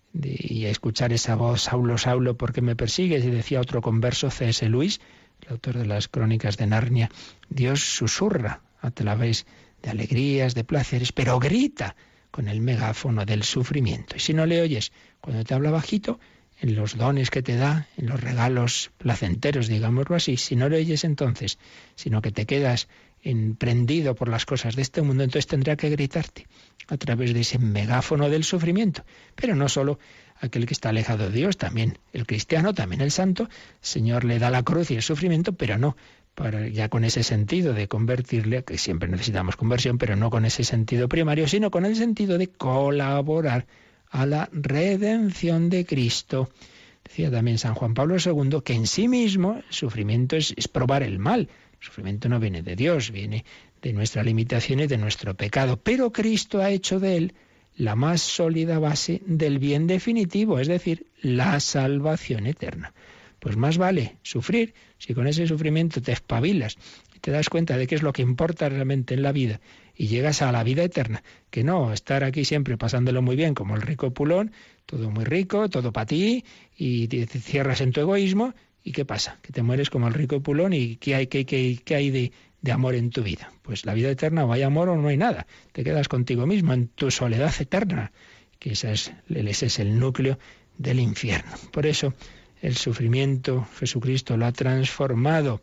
y escuchar esa voz, Saulo, Saulo, ¿por qué me persigues? Y decía otro converso, C.S. Lewis, el autor de las Crónicas de Narnia, Dios susurra a través de alegrías, de placeres, pero grita con el megáfono del sufrimiento. Y si no le oyes cuando te habla bajito, en los dones que te da, en los regalos placenteros, digámoslo así, si no le oyes entonces, sino que te quedas prendido por las cosas de este mundo, entonces tendrá que gritarte a través de ese megáfono del sufrimiento. Pero no solo aquel que está alejado de Dios, también el cristiano, también el santo, el Señor le da la cruz y el sufrimiento, pero no ya con ese sentido de convertirle, que siempre necesitamos conversión, pero no con ese sentido primario, sino con el sentido de colaborar a la redención de Cristo. Decía también San Juan Pablo II que en sí mismo el sufrimiento es probar el mal. El sufrimiento no viene de Dios, viene de nuestra limitación y de nuestro pecado, pero Cristo ha hecho de él la más sólida base del bien definitivo, es decir, la salvación eterna. Pues más vale sufrir, si con ese sufrimiento te espabilas y te das cuenta de qué es lo que importa realmente en la vida y llegas a la vida eterna, que no estar aquí siempre pasándolo muy bien como el rico Pulón, todo muy rico, todo para ti, y te cierras en tu egoísmo, ¿y qué pasa? Que te mueres como el rico Pulón, y ¿qué hay de amor en tu vida? Pues la vida eterna, o hay amor o no hay nada. Te quedas contigo mismo en tu soledad eterna, que ese es el núcleo del infierno. Por eso el sufrimiento Jesucristo lo ha transformado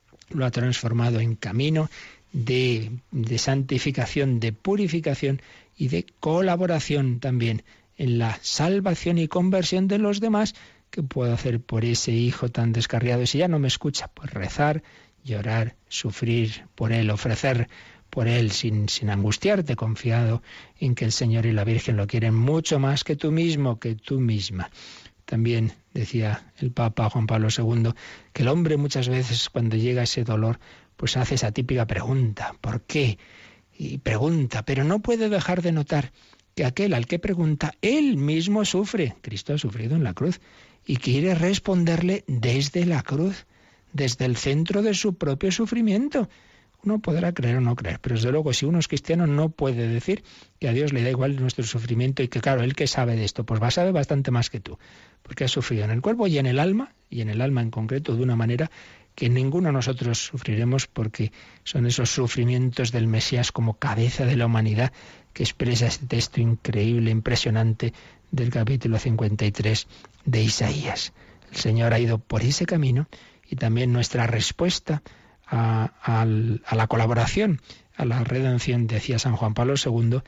en camino de santificación, de purificación y de colaboración también en la salvación y conversión de los demás. ¿Qué puedo hacer por ese hijo tan descarriado? Si ya no me escucha, pues rezar, llorar, sufrir por él, ofrecer por él sin angustiarte, confiado en que el Señor y la Virgen lo quieren mucho más que tú mismo, que tú misma. También decía el Papa Juan Pablo II que el hombre muchas veces cuando llega a ese dolor pues hace esa típica pregunta, ¿por qué? Y pregunta, pero no puede dejar de notar que aquel al que pregunta, él mismo sufre. Cristo ha sufrido en la cruz y quiere responderle desde la cruz, desde el centro de su propio sufrimiento. Uno podrá creer o no creer, pero desde luego si uno es cristiano no puede decir que a Dios le da igual nuestro sufrimiento y que claro, él que sabe de esto, pues va a saber bastante más que tú, porque ha sufrido en el cuerpo y en el alma en concreto de una manera que ninguno de nosotros sufriremos, porque son esos sufrimientos del Mesías como cabeza de la humanidad que expresa este texto increíble, impresionante del capítulo 53 de Isaías. El Señor ha ido por ese camino y también nuestra respuesta a la colaboración, a la redención, decía San Juan Pablo II,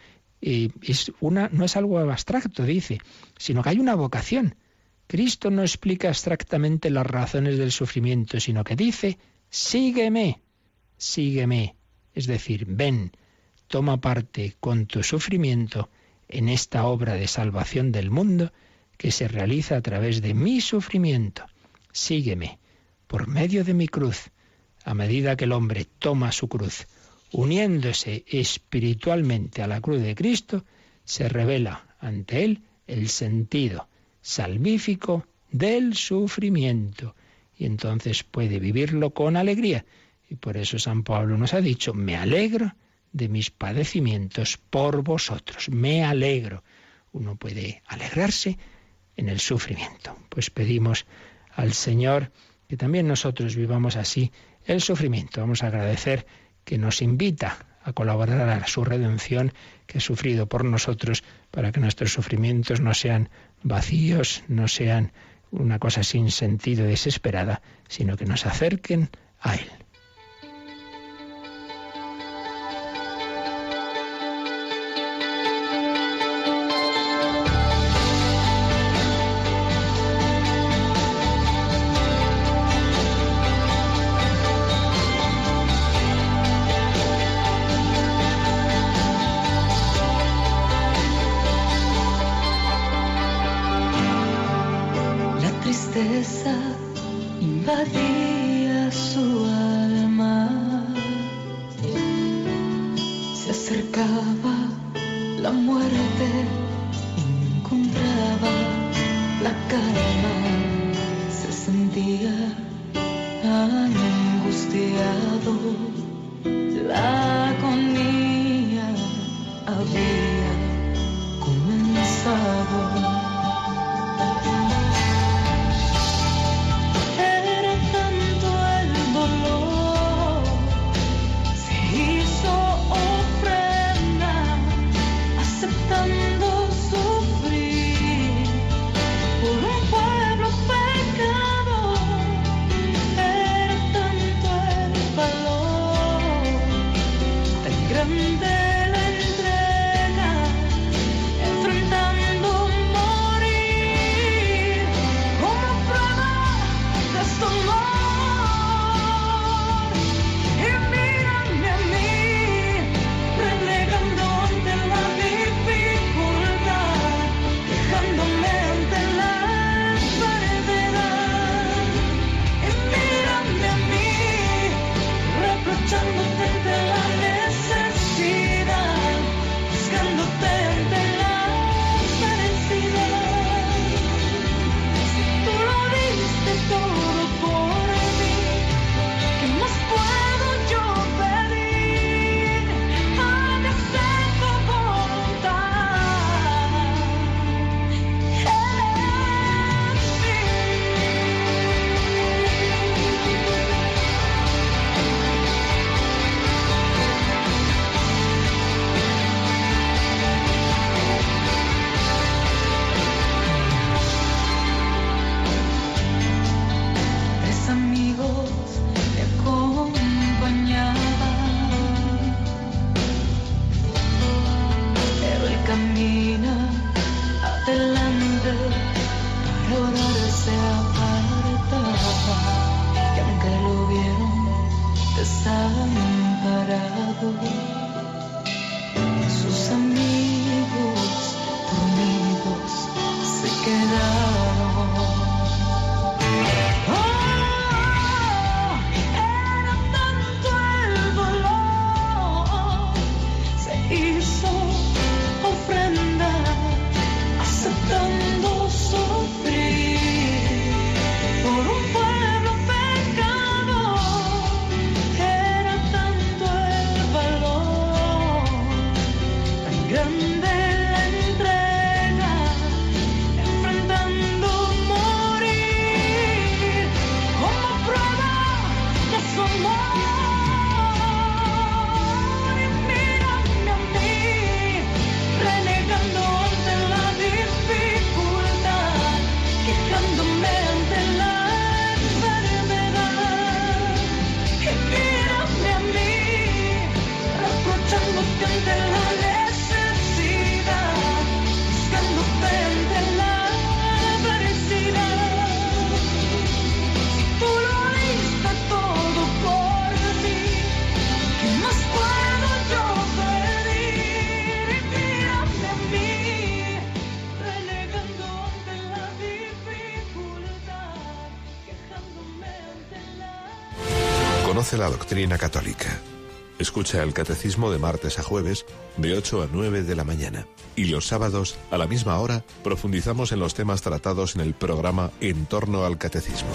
no es algo abstracto, dice, sino que hay una vocación. Cristo no explica abstractamente las razones del sufrimiento, sino que dice, sígueme, sígueme. Es decir, ven, toma parte con tu sufrimiento en esta obra de salvación del mundo que se realiza a través de mi sufrimiento. Sígueme, por medio de mi cruz, a medida que el hombre toma su cruz, uniéndose espiritualmente a la cruz de Cristo, se revela ante él el sentido salvífico del sufrimiento y entonces puede vivirlo con alegría. Y por eso San Pablo nos ha dicho, me alegro de mis padecimientos por vosotros. Me alegro. Uno puede alegrarse en el sufrimiento. Pues pedimos al Señor que también nosotros vivamos así el sufrimiento. Vamos a agradecer que nos invita a colaborar a su redención, que ha sufrido por nosotros, para que nuestros sufrimientos no sean vacíos, no sean una cosa sin sentido, desesperada, sino que nos acerquen a Él. Invadía su alma, se acercaba la muerte, encontraba la calma, se sentía angustiado, la agonía había comenzado. Conoce la doctrina católica. Escucha el Catecismo de martes a jueves, de 8 a 9 de la mañana. Y los sábados, a la misma hora, profundizamos en los temas tratados en el programa En torno al Catecismo.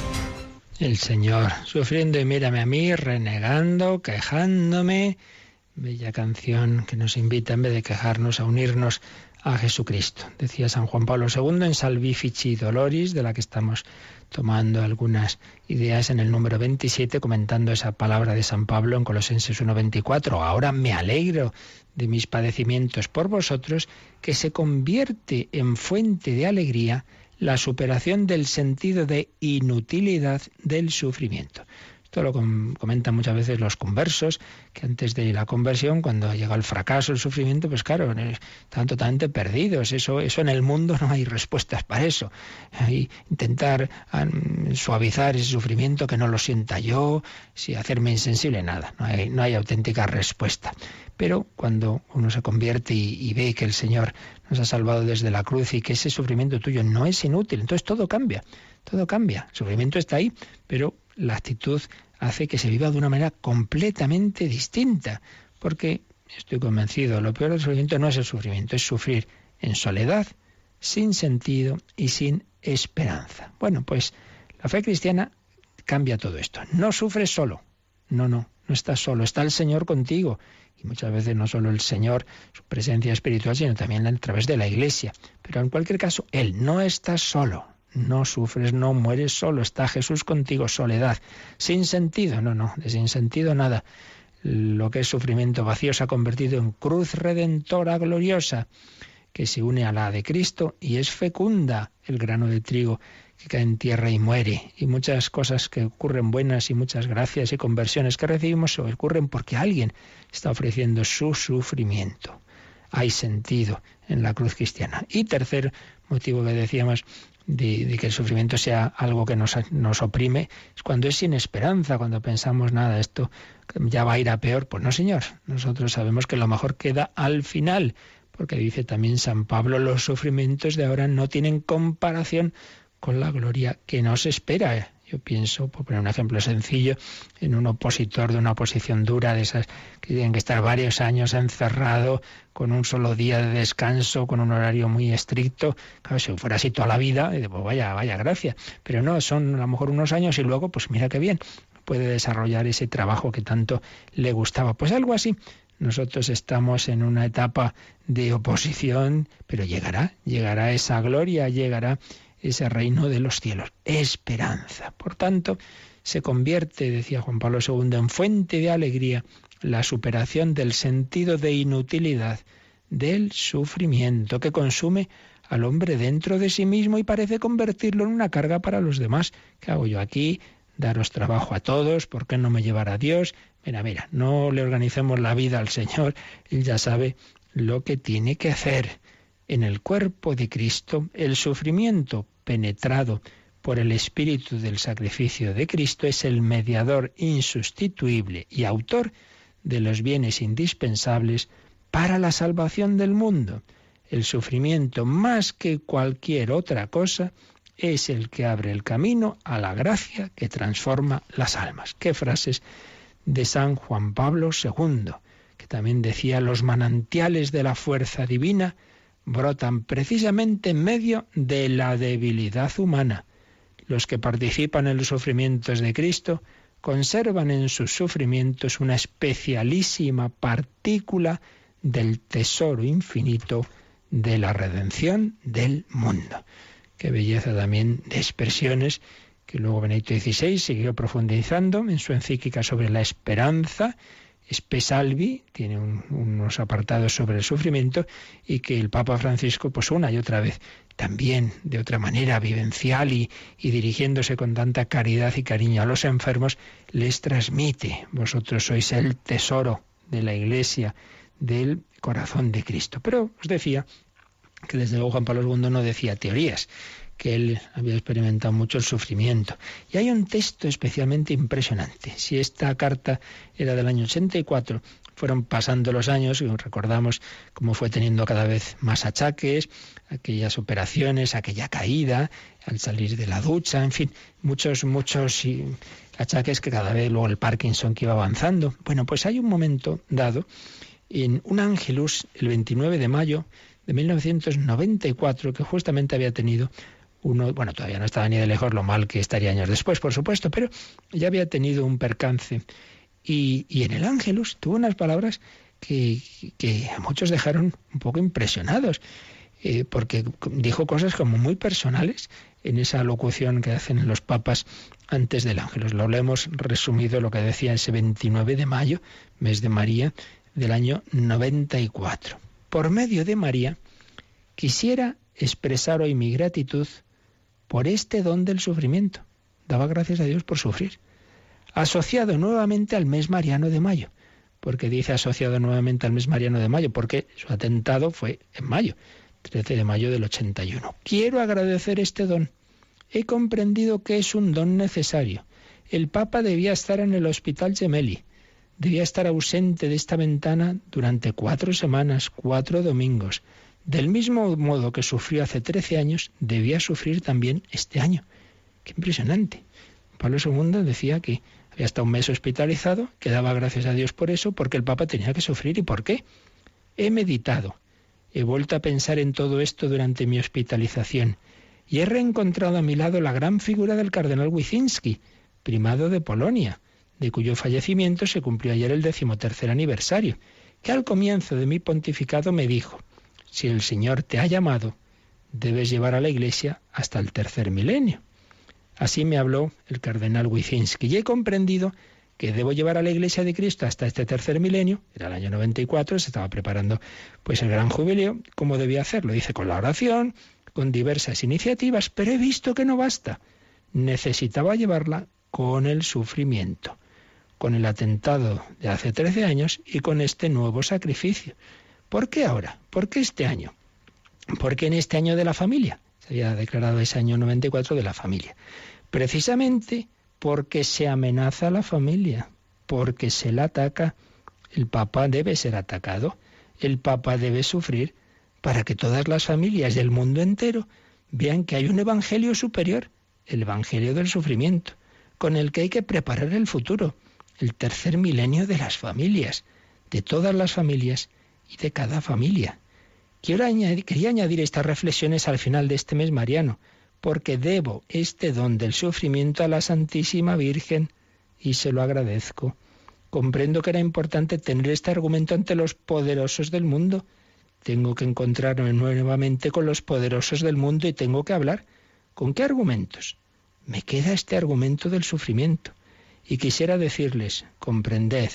El Señor sufriendo y mírame a mí, renegando, quejándome. Bella canción que nos invita, en vez de quejarnos, a unirnos a Jesucristo. Decía San Juan Pablo II en Salvifici Doloris, de la que estamos tomando algunas ideas en el número 27, comentando esa palabra de San Pablo en Colosenses 1:24. Ahora me alegro de mis padecimientos por vosotros, que se convierte en fuente de alegría la superación del sentido de inutilidad del sufrimiento. Esto lo comentan muchas veces los conversos, que antes de la conversión, cuando llega el fracaso, el sufrimiento, pues claro, están totalmente perdidos. Eso en el mundo no hay respuestas para eso. Hay intentar suavizar ese sufrimiento, que no lo sienta yo, hacerme insensible, nada. No hay auténtica respuesta. Pero cuando uno se convierte y ve que el Señor nos ha salvado desde la cruz y que ese sufrimiento tuyo no es inútil, entonces todo cambia. Todo cambia. El sufrimiento está ahí, pero la actitud hace que se viva de una manera completamente distinta. Porque estoy convencido, lo peor del sufrimiento no es el sufrimiento, es sufrir en soledad, sin sentido y sin esperanza. Bueno, pues la fe cristiana cambia todo esto. No sufres solo. No estás solo. Está el Señor contigo. Y muchas veces no solo el Señor, su presencia espiritual, sino también a través de la Iglesia. Pero en cualquier caso, Él no está solo. No sufres, no mueres solo, está Jesús contigo. Soledad, sin sentido, de sin sentido nada. Lo que es sufrimiento vacío se ha convertido en cruz redentora gloriosa, que se une a la de Cristo y es fecunda, el grano de trigo que cae en tierra y muere. Y muchas cosas que ocurren buenas y muchas gracias y conversiones que recibimos ocurren porque alguien está ofreciendo su sufrimiento. Hay sentido en la cruz cristiana. Y tercer motivo que decíamos de que el sufrimiento sea algo que nos oprime, es cuando es sin esperanza, cuando pensamos, nada, esto ya va a ir a peor. Pues no, Señor, nosotros sabemos que lo mejor queda al final, porque dice también San Pablo, los sufrimientos de ahora no tienen comparación con la gloria que nos espera. Yo pienso, por poner un ejemplo sencillo, en un opositor de una oposición dura, de esas que tienen que estar varios años encerrado, con un solo día de descanso, con un horario muy estricto. Claro, si fuera así toda la vida, pues vaya gracia. Pero no, son a lo mejor unos años y luego, pues mira qué bien, puede desarrollar ese trabajo que tanto le gustaba. Pues algo así. Nosotros estamos en una etapa de oposición, pero llegará esa gloria, llegará ese reino de los cielos. Esperanza. Por tanto, se convierte, decía Juan Pablo II, en fuente de alegría la superación del sentido de inutilidad del sufrimiento que consume al hombre dentro de sí mismo y parece convertirlo en una carga para los demás. ¿Qué hago yo aquí? Daros trabajo a todos, ¿por qué no me llevará Dios? Mira, no le organicemos la vida al Señor, Él ya sabe lo que tiene que hacer. En el cuerpo de Cristo, el sufrimiento penetrado por el espíritu del sacrificio de Cristo es el mediador insustituible y autor de los bienes indispensables para la salvación del mundo. El sufrimiento, más que cualquier otra cosa, es el que abre el camino a la gracia que transforma las almas. Qué frases de San Juan Pablo II, que también decía: los manantiales de la fuerza divina brotan precisamente en medio de la debilidad humana. Los que participan en los sufrimientos de Cristo conservan en sus sufrimientos una especialísima partícula del tesoro infinito de la redención del mundo. Qué belleza también de expresiones que luego Benedicto XVI siguió profundizando en su encíclica sobre la esperanza. Spe Salvi tiene unos apartados sobre el sufrimiento, y que el Papa Francisco, pues una y otra vez, también de otra manera vivencial y dirigiéndose con tanta caridad y cariño a los enfermos, les transmite: vosotros sois el tesoro de la Iglesia, del corazón de Cristo. Pero os decía que desde luego Juan Pablo II no decía teorías, que él había experimentado mucho el sufrimiento. Y hay un texto especialmente impresionante. Si esta carta era del año 84, fueron pasando los años y recordamos cómo fue teniendo cada vez más achaques, aquellas operaciones, aquella caída, al salir de la ducha, en fin, muchos achaques que cada vez, luego el Parkinson que iba avanzando. Bueno, pues hay un momento dado, en un Ángelus, el 29 de mayo de 1994, que justamente había tenido todavía no estaba ni de lejos lo mal que estaría años después, por supuesto, pero ya había tenido un percance. Y en el Ángelus tuvo unas palabras que a muchos dejaron un poco impresionados, porque dijo cosas como muy personales en esa locución que hacen los papas antes del Ángelus. Lo hemos resumido lo que decía ese 29 de mayo, mes de María, del año 94. Por medio de María, quisiera expresar hoy mi gratitud por este don del sufrimiento. Daba gracias a Dios por sufrir. Asociado nuevamente al mes mariano de mayo. Porque dice asociado nuevamente al mes mariano de mayo, porque su atentado fue en mayo, 13 de mayo del 81. Quiero agradecer este don. He comprendido que es un don necesario. El Papa debía estar en el Hospital Gemelli. Debía estar ausente de esta ventana durante 4 semanas, 4 domingos. Del mismo modo que sufrió hace 13 años, debía sufrir también este año. ¡Qué impresionante! Pablo II decía que había estado un mes hospitalizado, que daba gracias a Dios por eso, porque el Papa tenía que sufrir. ¿Y por qué? He meditado, he vuelto a pensar en todo esto durante mi hospitalización y he reencontrado a mi lado la gran figura del cardenal Wyszynski, primado de Polonia, de cuyo fallecimiento se cumplió ayer el 13º aniversario, que al comienzo de mi pontificado me dijo: si el Señor te ha llamado, debes llevar a la Iglesia hasta el 3er milenio. Así me habló el cardenal Wyszynski y he comprendido que debo llevar a la Iglesia de Cristo hasta este 3er milenio. Era el año 94, se estaba preparando pues el gran jubileo. ¿Cómo debía hacerlo? Dice, con la oración, con diversas iniciativas, pero he visto que no basta. Necesitaba llevarla con el sufrimiento, con el atentado de hace 13 años y con este nuevo sacrificio. ¿Por qué ahora? ¿Por qué este año? ¿Por qué en este año de la familia? Se había declarado ese año 94 de la familia. Precisamente porque se amenaza a la familia, porque se la ataca. El Papa debe ser atacado, el Papa debe sufrir para que todas las familias del mundo entero vean que hay un evangelio superior, el evangelio del sufrimiento, con el que hay que preparar el futuro, el 3er milenio de las familias, de todas las familias y de cada familia. Quería añadir estas reflexiones al final de este mes mariano, porque debo este don del sufrimiento a la Santísima Virgen y se lo agradezco. Comprendo que era importante tener este argumento ante los poderosos del mundo. Tengo que encontrarme nuevamente con los poderosos del mundo y tengo que hablar. ¿Con qué argumentos? Me queda este argumento del sufrimiento. Y quisiera decirles, comprended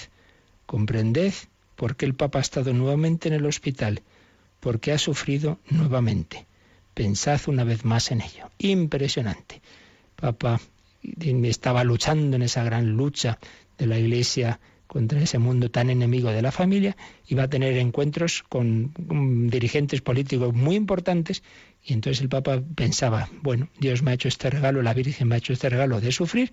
por qué el Papa ha estado nuevamente en el hospital, porque ha sufrido nuevamente. Pensad una vez más en ello. Impresionante. Papa estaba luchando en esa gran lucha de la Iglesia contra ese mundo tan enemigo de la familia, iba a tener encuentros con dirigentes políticos muy importantes, y entonces el Papa pensaba, bueno, Dios me ha hecho este regalo, la Virgen me ha hecho este regalo de sufrir,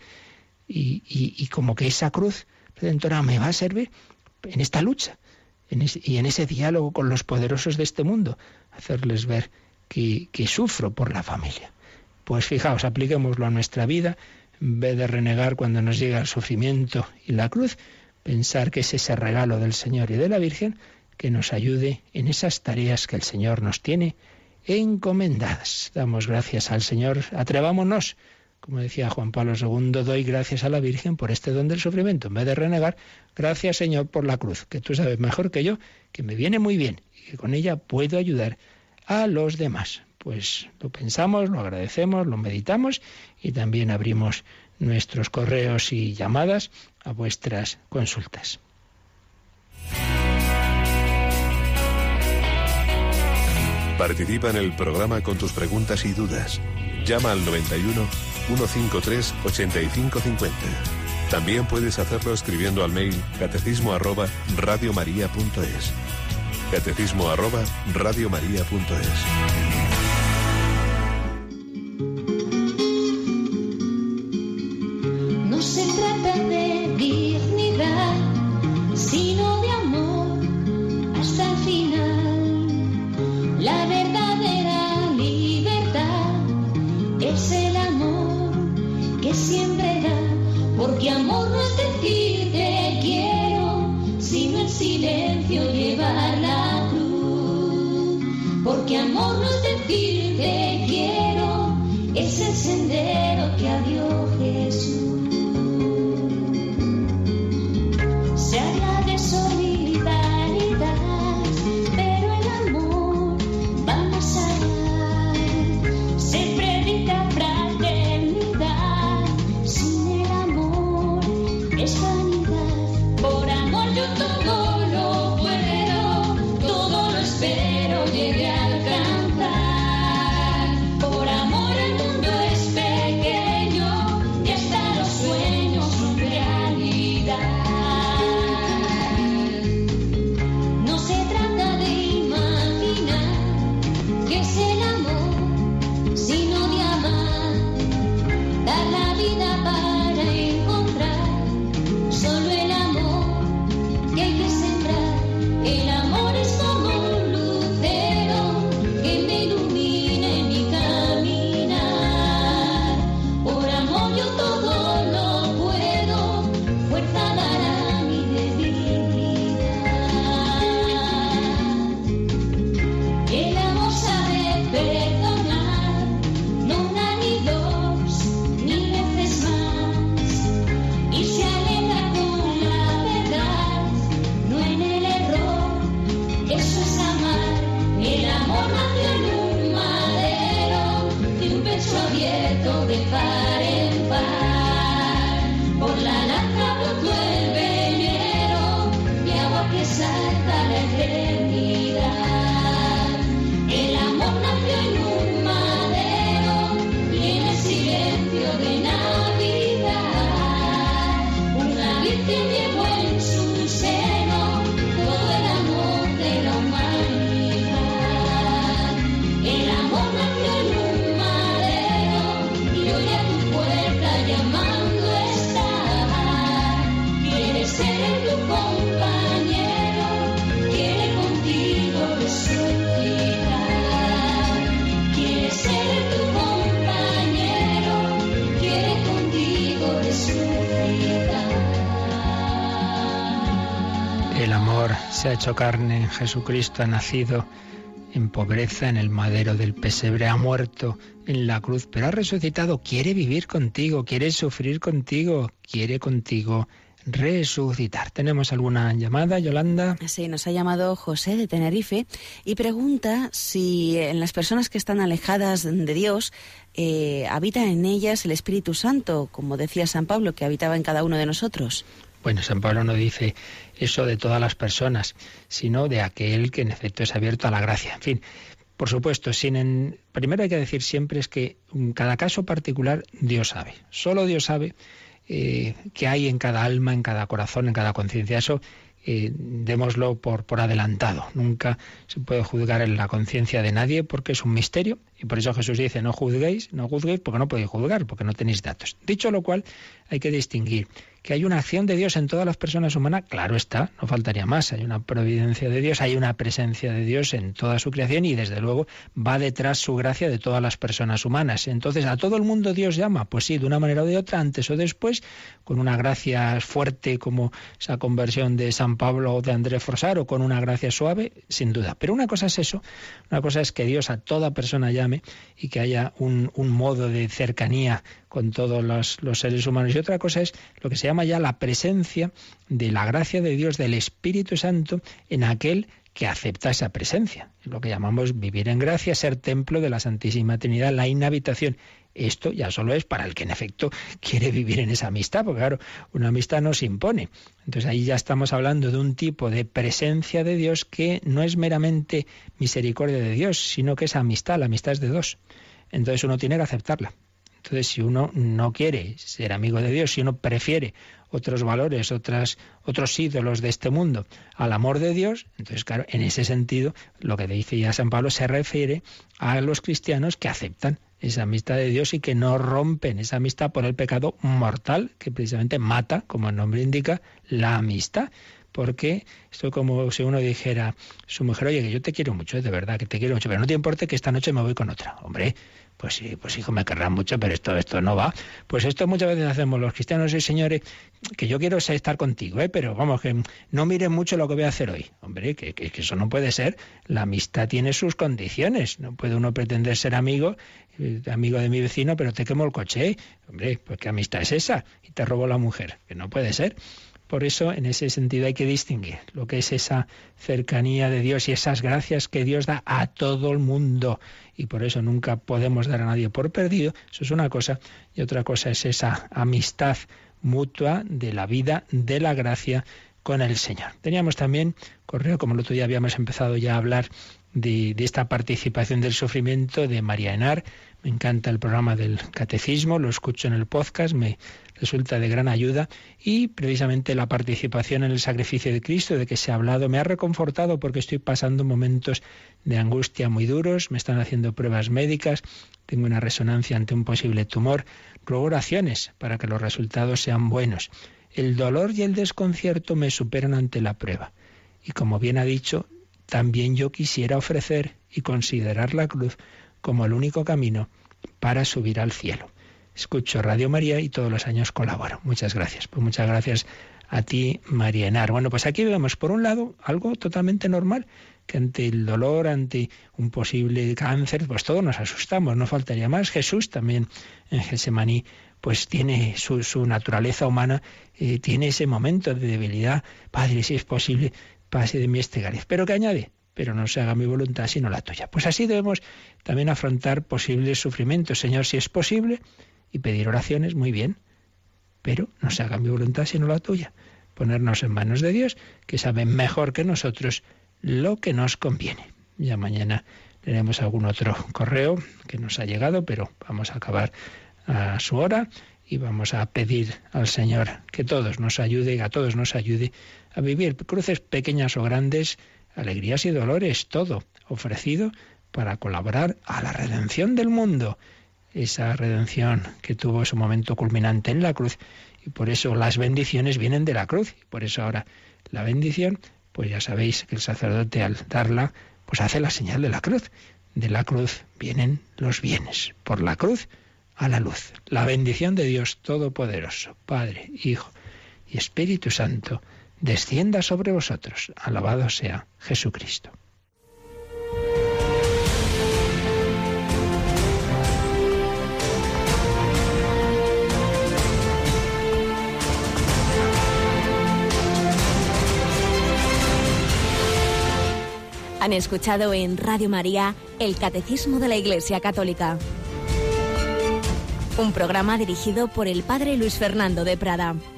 y como que esa cruz redentora me va a servir en esta lucha, y en ese diálogo con los poderosos de este mundo, hacerles ver que sufro por la familia. Pues fijaos, apliquémoslo a nuestra vida, en vez de renegar cuando nos llega el sufrimiento y la cruz, pensar que es ese regalo del Señor y de la Virgen que nos ayude en esas tareas que el Señor nos tiene encomendadas. Damos gracias al Señor, atrevámonos. Como decía Juan Pablo II, doy gracias a la Virgen por este don del sufrimiento. En vez de renegar, gracias Señor por la cruz, que tú sabes mejor que yo, que me viene muy bien y que con ella puedo ayudar a los demás. Pues lo pensamos, lo agradecemos, lo meditamos y también abrimos nuestros correos y llamadas a vuestras consultas. Participa en el programa con tus preguntas y dudas. Llama al 91 153 8550. También puedes hacerlo escribiendo al mail catecismo@radiomaria.es. catecismo@radiomaria.es. No se trata de dignidad, sino de amor hasta el final. La verdadera libertad es el amor que siempre da, porque amor no es decir te quiero, sino en silencio llevar la cruz. Porque amor no es decir te quiero, es el sendero que abrió Jesús. Se habla de solidaridad es vanidad. Por amor yo todo lo puedo, todo lo espero, llegué a alcanzar. Por amor el mundo es pequeño y hasta los sueños son realidad. No se trata de imaginar qué es el amor, sino de amar, dar la vida para encontrar solo el amor que hay que sembrar. El amor es como un lucero que me ilumine mi caminar. Por amor yo todo lo puedo, fuerza dará mi debilidad. El amor sabe perdonar, no una ni dos, ni veces más, y se alegra con la verdad, no en el error. Eso es amar. El amor nació en un madero, de un pecho abierto de par en par. Por la lanza brotó el venero, y agua que salta a la eternidad. El amor nació en un madero, y en el silencio de Navidad, una virgen llevó en su seno todo el amor de la humanidad. El amor nació en un madero, y hoy a tu puerta llamando está. Quiere ser tu compañero, quiere contigo resucitar. Quiere ser tu compañero, quiere contigo resucitar. El amor se ha hecho carne en Jesucristo, ha nacido en pobreza en el madero del pesebre, ha muerto en la cruz, pero ha resucitado, quiere vivir contigo, quiere sufrir contigo, quiere contigo resucitar. ¿Tenemos alguna llamada, Yolanda? Sí, nos ha llamado José de Tenerife y pregunta si en las personas que están alejadas de Dios habita en ellas el Espíritu Santo, como decía San Pablo, que habitaba en cada uno de nosotros. Bueno, San Pablo no dice eso de todas las personas, sino de aquel que en efecto es abierto a la gracia. En fin, por supuesto, primero hay que decir siempre es que en cada caso particular Dios sabe. Solo Dios sabe qué hay en cada alma, en cada corazón, en cada conciencia. Eso démoslo por adelantado. Nunca se puede juzgar en la conciencia de nadie porque es un misterio. Y por eso Jesús dice, no juzguéis porque no podéis juzgar, porque no tenéis datos. Dicho lo cual, hay que distinguir que hay una acción de Dios en todas las personas humanas, claro está, no faltaría más. Hay una providencia de Dios, hay una presencia de Dios en toda su creación y desde luego va detrás su gracia de todas las personas humanas. Entonces, ¿a todo el mundo Dios llama? Pues sí, de una manera o de otra, antes o después, con una gracia fuerte como esa conversión de San Pablo o de André Frossard, o con una gracia suave, sin duda. Pero una cosa es eso, una cosa es que Dios a toda persona llame y que haya un modo de cercanía con todos los seres humanos. Y otra cosa es lo que se llama ya la presencia de la gracia de Dios, del Espíritu Santo, en aquel que acepta esa presencia. Es lo que llamamos vivir en gracia, ser templo de la Santísima Trinidad, la inhabitación. Esto ya solo es para el que en efecto quiere vivir en esa amistad, porque claro, una amistad no se impone. Entonces ahí ya estamos hablando de un tipo de presencia de Dios que no es meramente misericordia de Dios, sino que es amistad, la amistad es de dos. Entonces uno tiene que aceptarla. Entonces, si uno no quiere ser amigo de Dios, si uno prefiere otros valores, otros ídolos de este mundo al amor de Dios, entonces, claro, en ese sentido, lo que dice ya San Pablo se refiere a los cristianos que aceptan esa amistad de Dios y que no rompen esa amistad por el pecado mortal, que precisamente mata, como el nombre indica, la amistad. Porque esto es como si uno dijera a su mujer, oye, que yo te quiero mucho, de verdad, que te quiero mucho, pero no te importe que esta noche me voy con otra. Hombre, pues sí, pues hijo, me querrán mucho, pero esto no va. Pues esto muchas veces hacemos los cristianos, sí, señores, que yo quiero estar contigo, pero vamos, que no miren mucho lo que voy a hacer hoy. Hombre, que eso no puede ser. La amistad tiene sus condiciones. No puede uno pretender ser amigo de mi vecino, pero te quemo el coche, ¿eh? Hombre, pues ¿qué amistad es esa? Y te robo la mujer, que no puede ser. Por eso, en ese sentido, hay que distinguir lo que es esa cercanía de Dios y esas gracias que Dios da a todo el mundo. Y por eso nunca podemos dar a nadie por perdido. Eso es una cosa. Y otra cosa es esa amistad mutua de la vida de la gracia con el Señor. Teníamos también correo, como el otro día habíamos empezado ya a hablar de esta participación del sufrimiento de María Enar. Me encanta el programa del Catecismo, lo escucho en el podcast, me resulta de gran ayuda, y precisamente la participación en el sacrificio de Cristo, de que se ha hablado, me ha reconfortado porque estoy pasando momentos de angustia muy duros, me están haciendo pruebas médicas, tengo una resonancia ante un posible tumor, ruego oraciones para que los resultados sean buenos. El dolor y el desconcierto me superan ante la prueba. Y como bien ha dicho, también yo quisiera ofrecer y considerar la cruz como el único camino para subir al cielo. Escucho Radio María y todos los años colaboro. Muchas gracias. Pues muchas gracias a ti, María Enar. Bueno, pues aquí vemos, por un lado, algo totalmente normal, que ante el dolor, ante un posible cáncer, pues todos nos asustamos, no faltaría más. Jesús también en Getsemaní pues tiene su naturaleza humana, tiene ese momento de debilidad. Padre, si es posible, pase de mí este cáliz. Pero que añade, pero no se haga mi voluntad sino la tuya. Pues así debemos también afrontar posibles sufrimientos. Señor, si es posible, y pedir oraciones, muy bien, pero no se haga mi voluntad sino la tuya. Ponernos en manos de Dios, que sabe mejor que nosotros lo que nos conviene. Ya mañana leeremos algún otro correo que nos ha llegado, pero vamos a acabar a su hora y vamos a pedir al Señor que todos nos ayude, a todos nos ayude a vivir cruces pequeñas o grandes, alegrías y dolores, todo ofrecido para colaborar a la redención del mundo. Esa redención que tuvo su momento culminante en la cruz, y por eso las bendiciones vienen de la cruz, y por eso ahora la bendición, pues ya sabéis que el sacerdote al darla, pues hace la señal de la cruz. De la cruz vienen los bienes, por la cruz a la luz. La bendición de Dios Todopoderoso, Padre, Hijo y Espíritu Santo, descienda sobre vosotros. Alabado sea Jesucristo. Han escuchado en Radio María el Catecismo de la Iglesia Católica, un programa dirigido por el Padre Luis Fernando de Prada.